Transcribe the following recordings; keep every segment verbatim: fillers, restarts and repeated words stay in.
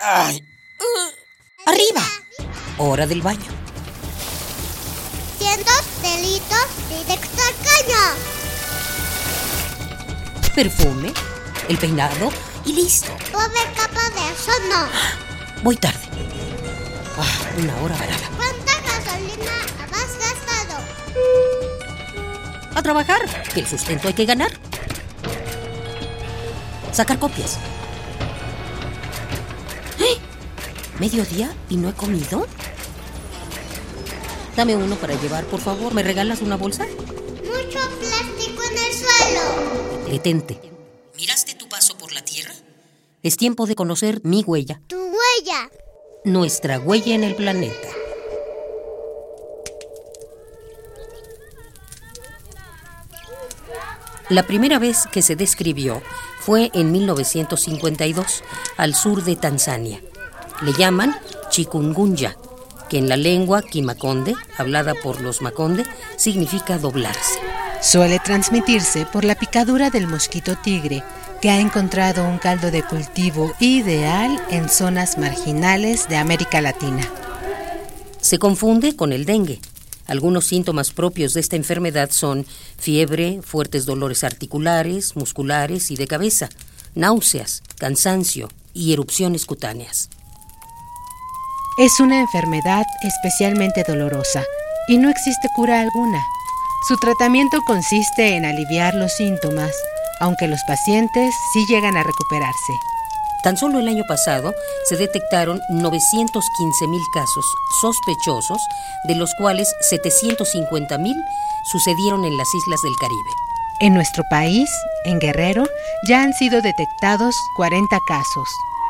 ¡Ay! Uh, ¡Arriba! Hora del baño. Cientos delitos directo al caño. Perfume, el peinado y listo. Pobre capa de ozono. Voy tarde. Ah, una hora varada. ¿Cuánta gasolina has gastado? A trabajar, que el sustento hay que ganar. Sacar copias. ¿Eh? ¿Mediodía y no he comido? Dame uno para llevar, por favor. ¿Me regalas una bolsa? Mucho plástico en el suelo. Detente. ¿Miraste tu paso por la Tierra? Es tiempo de conocer mi huella. Tu huella. Nuestra huella en el planeta. La primera vez que se describió fue en mil novecientos cincuenta y dos, al sur de Tanzania. Le llaman chikungunya, que en la lengua quimaconde, hablada por los maconde, significa doblarse. Suele transmitirse por la picadura del mosquito tigre, que ha encontrado un caldo de cultivo ideal en zonas marginales de América Latina. Se confunde con el dengue. Algunos síntomas propios de esta enfermedad son fiebre, fuertes dolores articulares, musculares y de cabeza, náuseas, cansancio y erupciones cutáneas. Es una enfermedad especialmente dolorosa y no existe cura alguna. Su tratamiento consiste en aliviar los síntomas, aunque los pacientes sí llegan a recuperarse. Tan solo el año pasado se detectaron novecientos quince mil casos sospechosos, de los cuales setecientos cincuenta mil sucedieron en las islas del Caribe. En nuestro país, en Guerrero, ya han sido detectados cuarenta casos.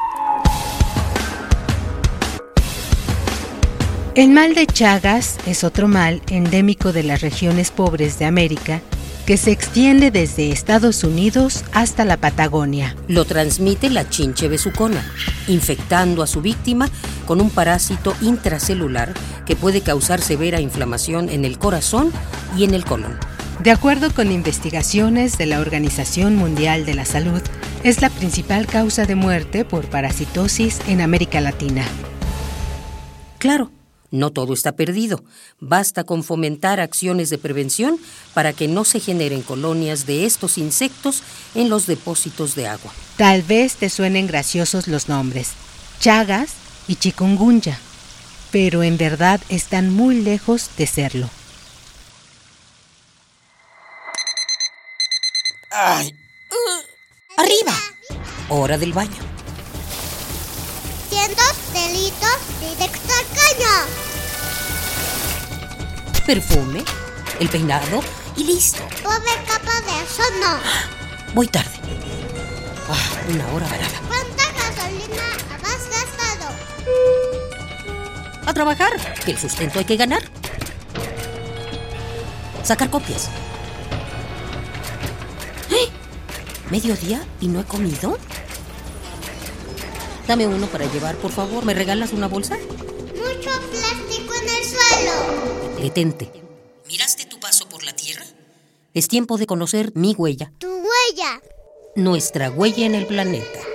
El mal de Chagas es otro mal endémico de las regiones pobres de América, que se extiende desde Estados Unidos hasta la Patagonia. Lo transmite la chinche besucona, infectando a su víctima con un parásito intracelular que puede causar severa inflamación en el corazón y en el colon. De acuerdo con investigaciones de la Organización Mundial de la Salud, es la principal causa de muerte por parasitosis en América Latina. Claro. No todo está perdido. Basta con fomentar acciones de prevención para que no se generen colonias de estos insectos en los depósitos de agua. Tal vez te suenen graciosos los nombres, Chagas y chikungunya, pero en verdad están muy lejos de serlo. ¡Ay! Uh, ¡Arriba! Hora del baño. Cientos delitos directo al caño. Perfume, el peinado y listo. Pobre capa de ozono. Voy tarde. Ah, una hora varada. ¿Cuánta gasolina has gastado? A trabajar, que el sustento hay que ganar. Sacar copias. ¿Eh? ¿Mediodía y no he comido? Dame uno para llevar, por favor. ¿Me regalas una bolsa? Mucho plástico en el suelo. Detente. ¿Miraste tu paso por la Tierra? Es tiempo de conocer mi huella. Tu huella. Nuestra huella en el planeta.